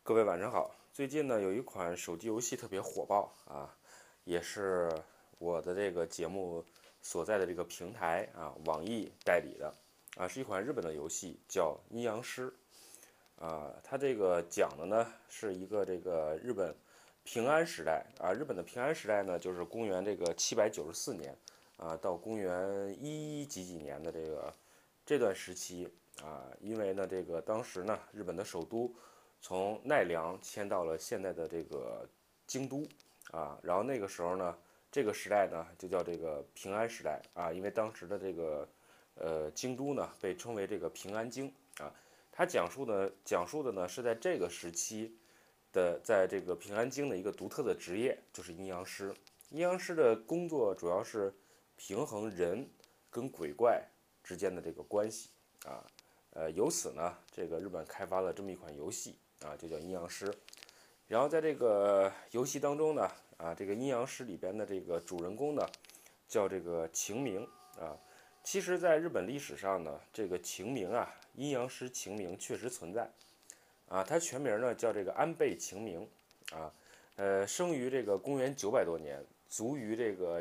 各位晚上好。最近呢，有一款手机游戏特别火爆啊，也是我的这个节目所在的这个平台啊，网易代理的啊，是一款日本的游戏，叫《阴阳师》啊。它这个讲的呢是一个这个日本平安时代啊，日本的平安时代呢就是公元这个794年啊到公元几年的这段时期啊，因为呢这个当时呢日本的首都从奈良迁到了现在的这个京都啊，然后那个时候呢，这个时代呢就叫这个平安时代啊，因为当时的这个京都呢被称为这个平安京啊，它讲述的呢是在这个时期的，在这个平安京的一个独特的职业，就是阴阳师。阴阳师的工作主要是平衡人跟鬼怪之间的这个关系啊，由此呢，这个日本开发了这么一款游戏啊，就叫阴阳师。然后在这个游戏当中呢，啊，这个阴阳师里边的这个主人公呢，叫这个晴明啊。其实，在日本历史上呢，这个晴明啊，阴阳师晴明确实存在啊。他全名呢叫这个安倍晴明啊，生于这个公元900多年，卒于这个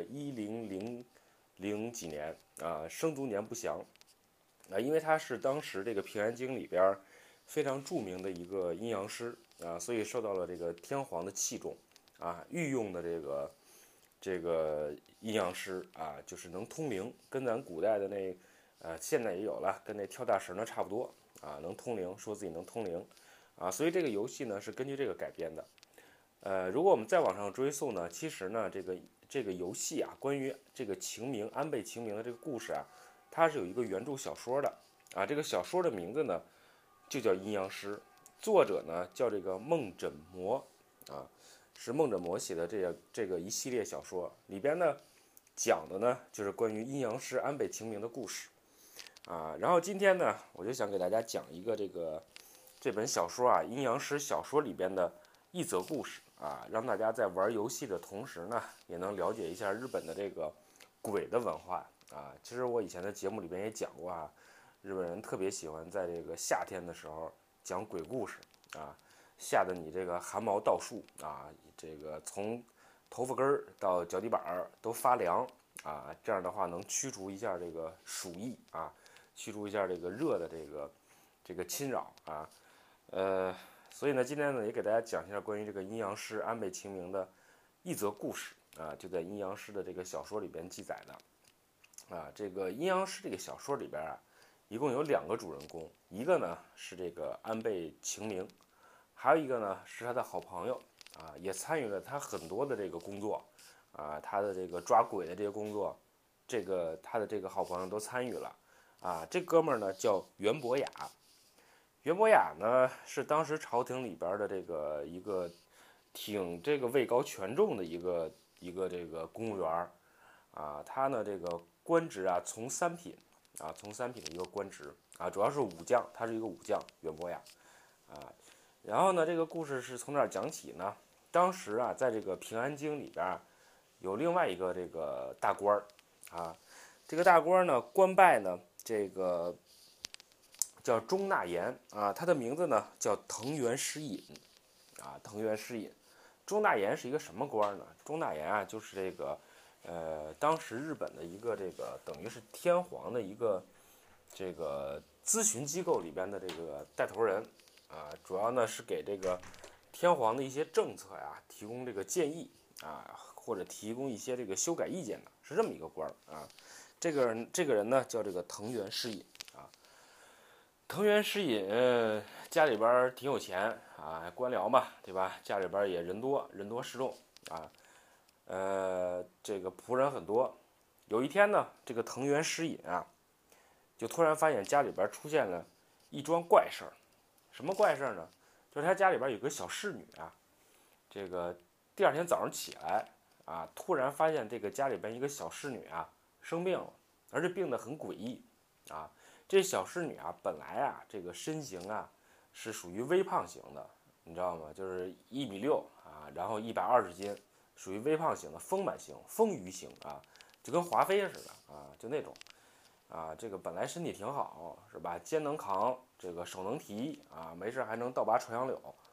1000几年啊，生卒年不详啊。因为他是当时这个平安京里边非常著名的一个阴阳师啊，所以受到了这个天皇的器重啊，御用的这个阴阳师啊，就是能通灵，跟咱古代的现在也有了，跟那跳大神的差不多啊，能通灵，说自己能通灵啊，所以这个游戏呢是根据这个改编的。如果我们再往上追溯呢，其实呢这个游戏啊，关于这个安倍晴明的这个故事啊，它是有一个原著小说的啊，这个小说的名字呢就叫阴阳师，作者呢叫这个梦枕魔啊，是梦枕魔写的这个一系列小说里边呢讲的呢就是关于阴阳师安倍晴明的故事啊。然后今天呢，我就想给大家讲一个这本小说啊，阴阳师小说里边的一则故事啊，让大家在玩游戏的同时呢，也能了解一下日本的这个鬼的文化啊。其实我以前的节目里边也讲过啊，日本人特别喜欢在这个夏天的时候讲鬼故事啊，吓得你这个汗毛倒竖啊，这个从头发根儿到脚底板儿都发凉啊，这样的话能驱除一下这个暑意啊，驱除一下这个热的这个侵扰啊。所以呢，今天呢也给大家讲一下关于这个阴阳师安倍晴明的一则故事啊，就在阴阳师的这个小说里边记载的啊。这个阴阳师这个小说里边啊，一共有2个主人公，一个呢是这个安倍晴明，还有一个呢是他的好朋友啊，也参与了他很多的这个工作啊，他的这个抓鬼的这些工作，他的这个好朋友都参与了啊。这哥们儿呢叫袁博雅。袁博雅呢是当时朝廷里边的这个一个挺这个位高权重的一个这个公务员啊，他呢这个官职啊从三品啊，从三品的一个官职啊，主要是武将，他是一个武将袁博雅啊。然后呢，这个故事是从哪儿讲起呢？当时啊，在这个平安京里边有另外一个这个大官啊，这个大官呢官拜呢这个叫中纳言啊，他的名字呢叫藤原师隐啊，藤原师隐。中纳言是一个什么官呢？中纳言啊，就是这个当时日本的一个这个等于是天皇的一个这个咨询机构里边的这个带头人啊，主要呢是给这个天皇的一些政策呀提供这个建议啊，或者提供一些这个修改意见的，是这么一个官啊。这个人呢叫这个藤原师隐啊。藤原师隐家里边挺有钱啊，官僚嘛，对吧？家里边也人多势众啊，这个仆人很多。有一天呢，这个藤原师隐啊，就突然发现家里边出现了一桩怪事儿。什么怪事儿呢？就是他家里边有个小侍女啊，这个第二天早上起来啊，突然发现这个家里边一个小侍女啊生病了，而且病得很诡异啊。这小侍女啊，本来啊这个身形啊是属于微胖型的，你知道吗？就是1.6米啊，然后120斤，属于微胖型的丰满型、丰腴型啊，就跟华妃似的啊，就那种啊。这个本来身体挺好，是吧？肩能扛，这个手能提啊，没事还能倒拔垂杨柳。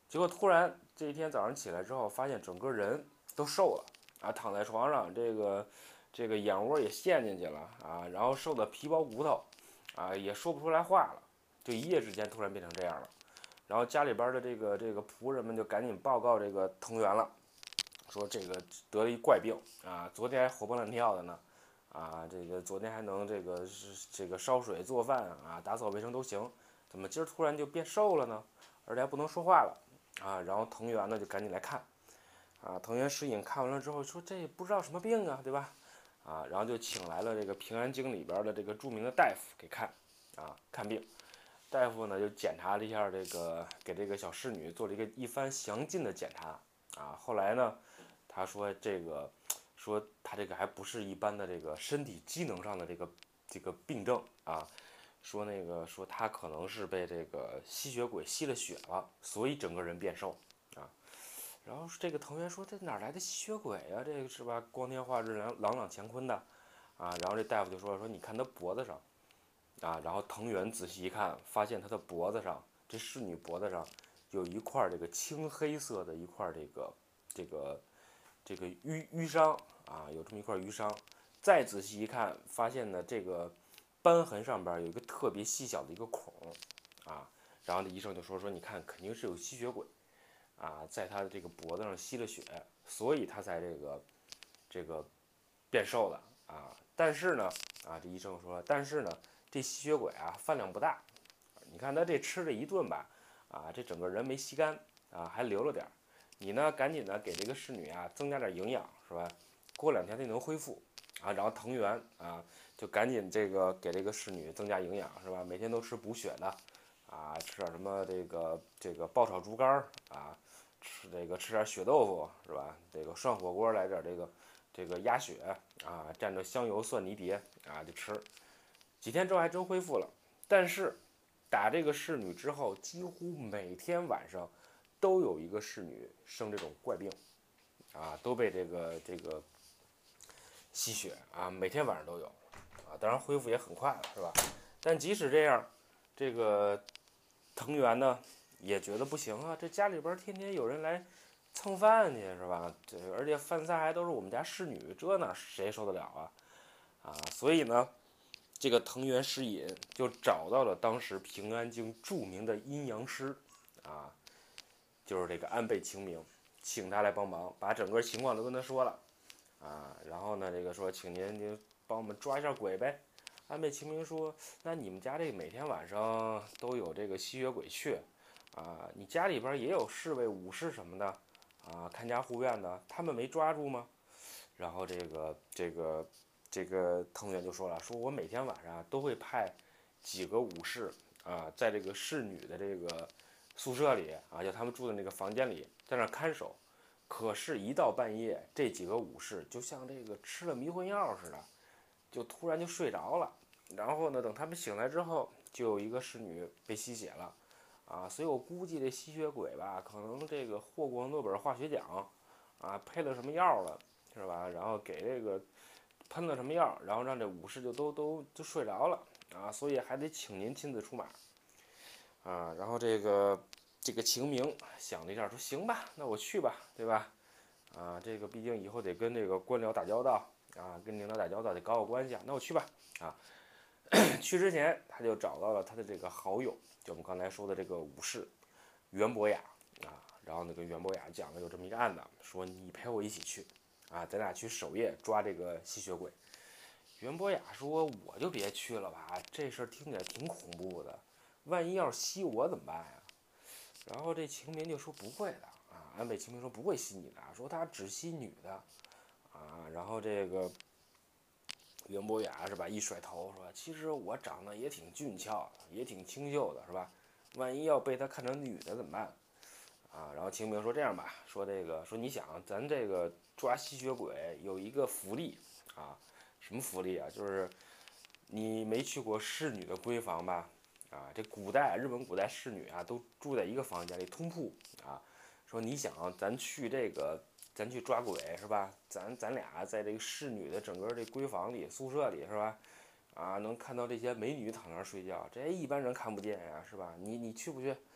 结果突然这一天早上起来之后，发现整个人都瘦了啊，躺在床上，这个眼窝也陷进去了啊，然后瘦的皮包骨头啊，也说不出来话了，就一夜之间突然变成这样了。然后家里边的这个仆人们就赶紧报告这个藤原了，说这个得了一怪病啊，昨天还活蹦乱跳的呢，啊，这个昨天还能这个烧水做饭啊，打扫卫生都行，怎么今儿突然就变瘦了呢？而且还不能说话了啊！然后藤原呢就赶紧来看啊，藤原石隐看完了之后说这也不知道什么病啊，对吧？啊，然后就请来了这个平安京里边的这个著名的大夫给看啊看病。大夫呢就检查了一下这个，给这个小侍女做了一番详尽的检查啊。后来呢，他说说他这个还不是一般的这个身体机能上的这个病症啊，说他可能是被这个吸血鬼吸了血了，所以整个人变瘦啊。然后这个藤原说这哪来的吸血鬼啊？这个是吧？光天化日、朗朗乾坤的啊。然后这大夫就说你看他脖子上。啊，然后藤原仔细一看，发现他的脖子上，这侍女脖子上有一块这个青黑色的一块这个淤伤啊，有这么一块淤伤。再仔细一看，发现呢这个瘢痕上边有一个特别细小的一个孔啊，然后这医生就说你看肯定是有吸血鬼啊，在他的这个脖子上吸了血，所以他才这个变瘦了啊。但是呢啊，这医生说，但是呢。这吸血鬼啊，饭量不大，你看他这吃这一顿吧，啊，这整个人没吸干啊，还留了点儿。你呢，赶紧的给这个侍女啊增加点营养，是吧？过2天他就能恢复啊。然后藤原啊，就赶紧这个给这个侍女增加营养，是吧？每天都吃补血的啊，吃点什么这个爆炒猪肝啊，吃点血豆腐，是吧？这个涮火锅来点这个鸭血啊，蘸着香油蒜泥碟啊就吃。几天之后还真恢复了，但是打这个侍女之后，几乎每天晚上都有一个侍女生这种怪病啊，都被这个吸血啊，每天晚上都有啊，当然恢复也很快了，是吧？但即使这样，这个藤原呢也觉得不行啊，这家里边天天有人来蹭饭去，是吧？这而且饭菜还都是我们家侍女，这哪谁受得了啊？啊，所以呢。这个藤原石隐就找到了当时平安京著名的阴阳师，啊，就是这个安倍晴明，请他来帮忙，把整个情况都跟他说了，啊，然后呢，这个说，请您帮我们抓一下鬼呗。安倍晴明说，那你们家这每天晚上都有这个吸血鬼去，啊，你家里边也有侍卫、武士什么的，啊，看家护院的，他们没抓住吗？然后这个藤原就说了，说我每天晚上都会派几个武士啊，在这个侍女的这个宿舍里啊，就他们住的那个房间里，在那看守。可是，一到半夜，这几个武士就像这个吃了迷魂药似的，就突然就睡着了。然后呢，等他们醒来之后，就有一个侍女被吸血了啊。所以我估计这吸血鬼吧，可能这个获过诺贝尔化学奖啊，配了什么药了，是吧？然后给这个喷了什么药，然后让这武士就都睡着了啊，所以还得请您亲自出马啊。然后这个晴明想了一下，说行吧，那我去吧，对吧？啊，这个毕竟以后得跟这个官僚打交道啊，跟领导打交道得搞好关系啊，那我去吧啊。去之前他就找到了他的这个好友，就我们刚才说的这个武士袁博雅啊，然后呢跟袁博雅讲了有这么一个案子，说你陪我一起去啊，咱俩去守夜抓这个吸血鬼。袁博雅说：“我就别去了吧，这事儿听起来挺恐怖的，万一要是吸我怎么办呀？”然后这晴明就说：“不会的啊。”安倍晴明说：“不会吸你的，说他只吸女的啊。”然后这个袁博雅是吧，一甩头说：“其实我长得也挺俊俏的，也挺清秀的，是吧？万一要被他看成女的怎么办？”啊，然后晴明说：“这样吧，说你想，咱这个抓吸血鬼有一个福利啊，什么福利啊？就是你没去过侍女的闺房吧？啊，这日本古代侍女啊，都住在一个房间里通铺啊。说你想，咱去抓鬼是吧？咱俩在这个侍女的整个这闺房里、宿舍里是吧？啊，能看到这些美女躺那儿睡觉，这一般人看不见呀，是吧？你去不去？”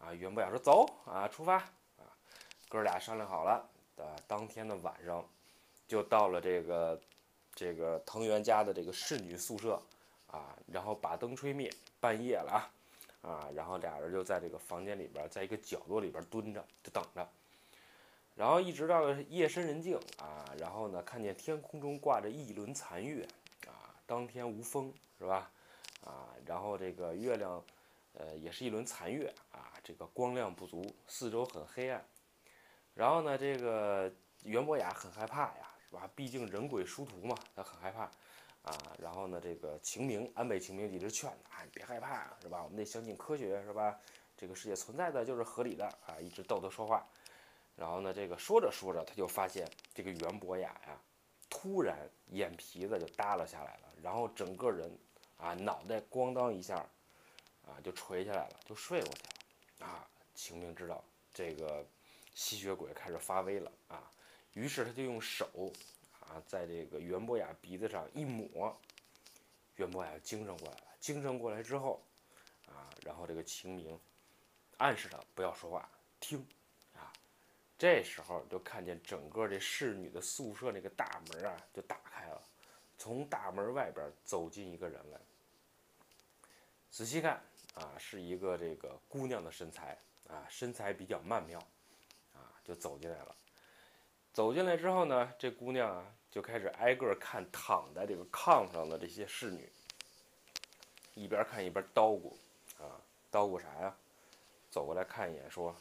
袁博雅说走出发哥俩商量好了，当天的晚上就到了这个藤原家的这个侍女宿舍然后把灯吹灭，半夜了然后俩人就在这个房间里边，在一个角落里边蹲着，就等着。然后一直到了夜深人静然后呢，看见天空中挂着一轮残月当天无风是吧？然后这个月亮也是一轮残月这个光亮不足，四周很黑暗。然后呢，这个袁博雅很害怕呀，是吧？毕竟人鬼殊途嘛，他很害怕然后呢，这个安倍晴明一直劝他，你别害怕是吧？我们得相信科学是吧？这个世界存在的就是合理的一直逗他说话。然后呢，这个说着说着，他就发现这个袁博雅呀，突然眼皮子就耷拉下来了，然后整个人脑袋咣当一下就垂下来了，就睡过去了晴明知道这个吸血鬼开始发威了于是他就用手在这个袁博雅鼻子上一抹，袁博雅精神过来了。精神过来之后然后这个晴明暗示他不要说话，听这时候就看见整个这侍女的宿舍那个大门就打开了，从大门外边走进一个人来。仔细看是一个这个姑娘的身材身材比较曼妙就走进来了。走进来之后呢，这姑娘就开始挨个看躺在这个炕上的这些侍女，一边看一边叨咕叨咕啥呀？走过来看一眼说，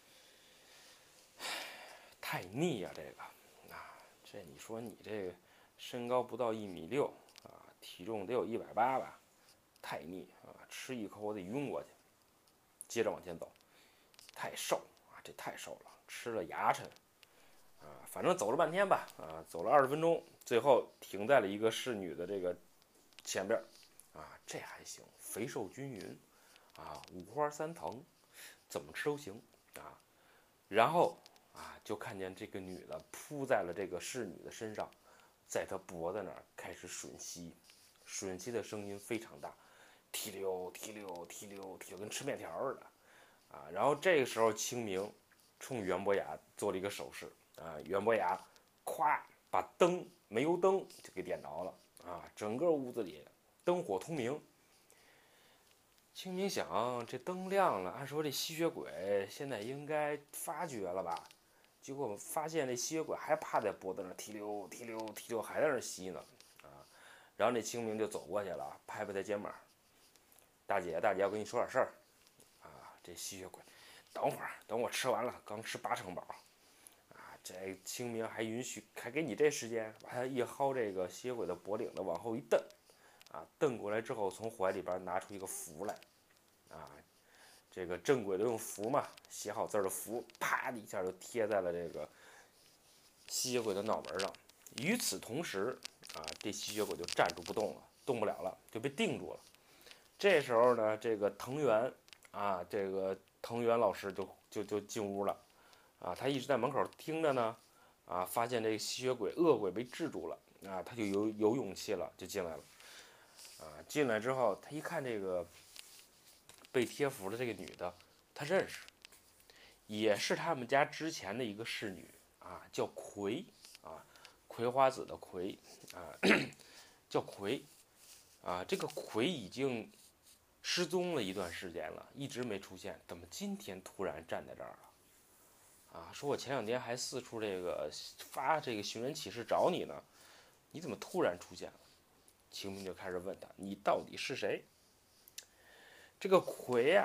太腻这个这你说你这个身高不到1.6米体重得有180吧，太腻吃一口我得晕过去。接着往前走，太瘦这太瘦了，吃了牙碜反正走了半天吧走了20分钟，最后停在了一个侍女的这个前边这还行，肥瘦均匀五花三藤，怎么吃都行然后就看见这个女的扑在了这个侍女的身上，在她脖子那儿开始吮吸，吮吸的声音非常大，提溜提溜提溜提溜，跟吃面条似的然后这个时候清明冲袁博雅做了一个手势袁博雅咵把煤油灯就给点着了整个屋子里灯火通明。清明想，这灯亮了，按说这吸血鬼现在应该发觉了吧？结果发现这吸血鬼还趴在脖子上提溜提溜提溜，还在那吸呢然后这清明就走过去了，拍拍他肩膀，大姐，我跟你说点事儿这吸血鬼，等会儿，等我吃完了，刚吃8成饱这清明还给你这时间，把他一薅这个吸血鬼的脖领子往后一蹬蹬过来之后，从怀里边拿出一个符来这个正规的用符嘛，写好字的符，啪的一下就贴在了这个吸血鬼的脑门上。与此同时这吸血鬼就站住不动了，动不了了，就被定住了。这时候呢，这个藤原这个藤原老师就进屋了他一直在门口听着呢发现这个吸血鬼恶鬼被制住了他就有勇气了，就进来了进来之后，他一看这个被贴符的这个女的，他认识，也是他们家之前的一个侍女叫葵葵花籽的葵叫葵这个葵已经失踪了一段时间了，一直没出现，怎么今天突然站在这儿了说我前2天还四处这个发这个寻人启事找你呢，你怎么突然出现了？清明就开始问他，你到底是谁？这个葵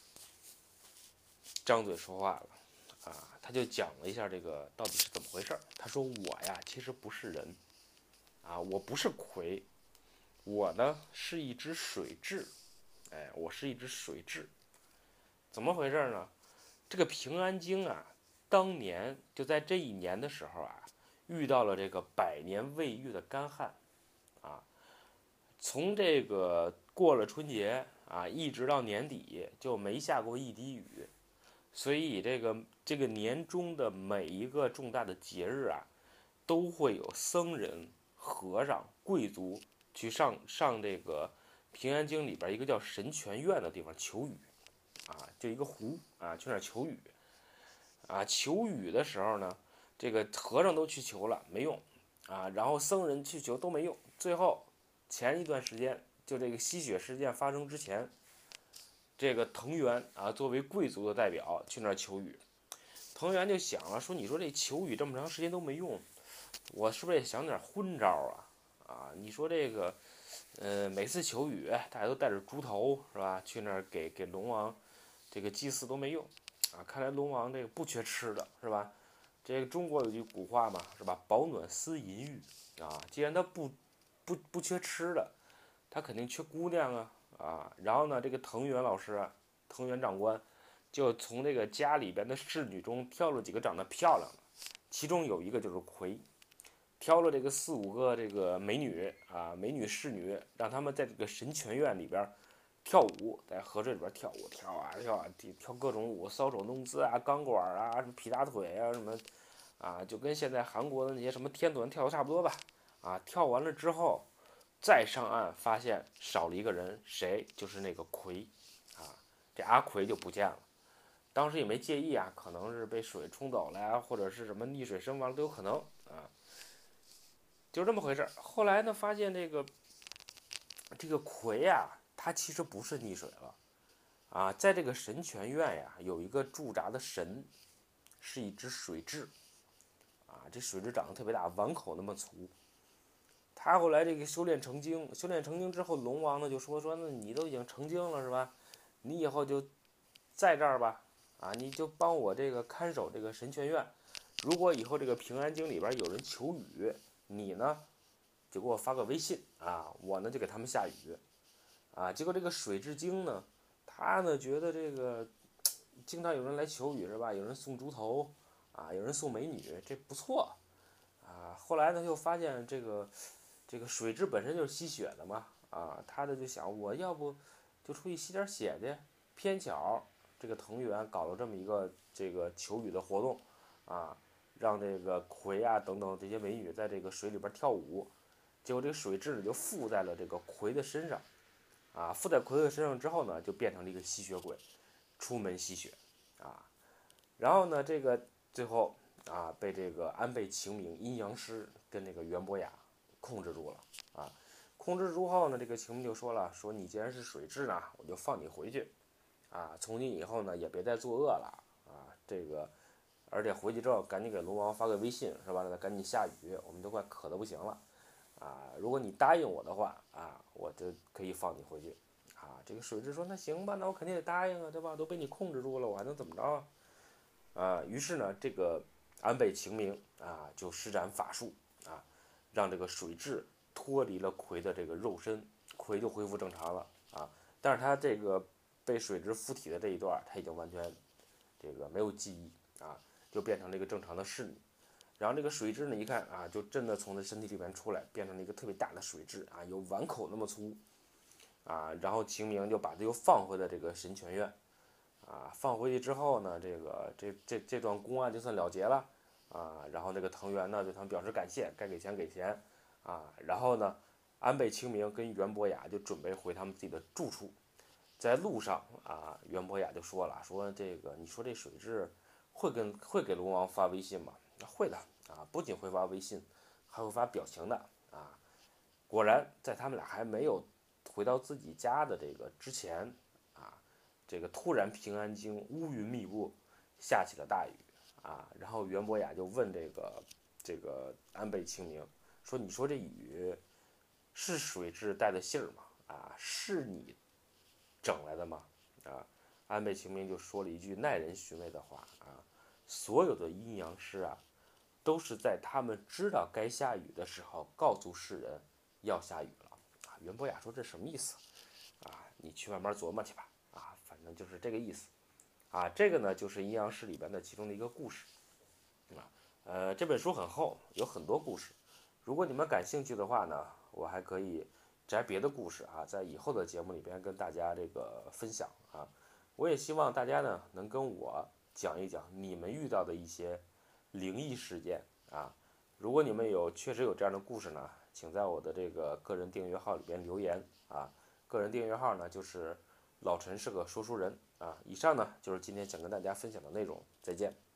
张嘴说话了他就讲了一下这个到底是怎么回事。他说我呀其实不是人我不是葵，我呢是一只水蛭我是一只水蛭。怎么回事呢？这个平安京当年就在这一年的时候遇到了这个100年未遇的干旱从这个过了春节一直到年底就没下过一滴雨，所以这个年中的每一个重大的节日都会有僧人、和尚、贵族去上这个平安京里边一个叫神泉院的地方求雨就一个湖去那儿求雨求雨的时候呢，这个和尚都去求了没用然后僧人去求都没用，最后前一段时间就这个吸血事件发生之前，这个藤原作为贵族的代表去那儿求雨，藤原就想了说，你说这求雨这么长时间都没用，我是不是也想点昏招你说这个每次求雨大家都带着猪头是吧，去那儿给龙王这个祭祀都没用看来龙王这个不缺吃的是吧？这个中国有句古话嘛是吧，保暖思淫欲既然他不缺吃的，他肯定缺姑娘然后呢，这个藤原老师藤原长官就从这个家里边的侍女中挑了几个长得漂亮的，其中有一个就是葵，挑了这个4、5个这个美女美女侍女，让他们在这个神泉院里边跳舞，在河水里边跳舞，跳各种舞，搔首弄姿钢管什么劈大腿什么就跟现在韩国的那些什么天团跳的差不多吧跳完了之后再上岸，发现少了一个人，谁？就是那个葵这阿葵就不见了。当时也没介意可能是被水冲走了或者是什么溺水身亡都有可能就这么回事。后来呢，发现这个葵它其实不是溺水了在这个神泉院有一个驻扎的神，是一只水蛭这水蛭长得特别大，碗口那么粗。他后来这个修炼成精之后，龙王呢就说那你都已经成精了是吧？你以后就在这儿吧你就帮我这个看守这个神泉院。如果以后这个平安京里边有人求雨，你呢就给我发个微信我呢就给他们下雨结果这个水蛭精呢，他呢觉得这个经常有人来求雨是吧？有人送猪头有人送美女，这不错后来呢又发现这个水蛭本身就是吸血的嘛他呢就想我要不就出去吸点血去，偏巧这个藤原搞了这么一个这个求雨的活动让这个葵等等这些美女在这个水里边跳舞，结果这个水蛭呢就附在了这个葵的身上附在葵的身上之后呢，就变成了一个吸血鬼，出门吸血然后呢这个最后被这个安倍晴明阴阳师跟那个袁博雅控制住了控制住后呢，这个晴明就说了，说你既然是水蛭呢，我就放你回去从今以后呢也别再作恶了这个而且回去之后赶紧给龙王发个微信是吧？让他赶紧下雨，我们都快渴得不行了如果你答应我的话我就可以放你回去这个水蛭说那行吧，那我肯定得答应对吧？都被你控制住了，我还能怎么着于是呢，这个安倍晴明就施展法术让这个水蛭脱离了葵的这个肉身，葵就恢复正常了但是他这个被水蛭附体的这一段，他已经完全这个没有记忆就变成了一个正常的侍女。然后这个水蛭呢，一看就真的从他身体里面出来，变成了一个特别大的水蛭有碗口那么粗然后晴明就把它又放回了这个神泉院放回去之后呢，这段公案就算了结了然后那个藤原呢对他们表示感谢，该给钱给钱然后呢，安倍晴明跟袁博雅就准备回他们自己的住处。在路上袁博雅就说了，说这个你说这水蛭会给龙王发微信吗？会的不仅会发微信，还会发表情的果然，在他们俩还没有回到自己家的这个之前这个突然平安京乌云密布，下起了大雨然后袁博雅就问这个安倍晴明说：“你说这雨是水蛭带的信儿吗？是你整来的吗？”安倍晴明就说了一句耐人寻味的话所有的阴阳师都是在他们知道该下雨的时候告诉世人要下雨了袁博雅说这什么意思你去慢慢琢磨去吧反正就是这个意思这个呢就是阴阳师里边的其中的一个故事这本书很厚，有很多故事。如果你们感兴趣的话呢，我还可以摘别的故事在以后的节目里边跟大家这个分享我也希望大家呢能跟我讲一讲你们遇到的一些灵异事件如果你们确实有这样的故事呢，请在我的这个个人订阅号里边留言个人订阅号呢就是老陈是个说书人以上呢就是今天想跟大家分享的内容，再见。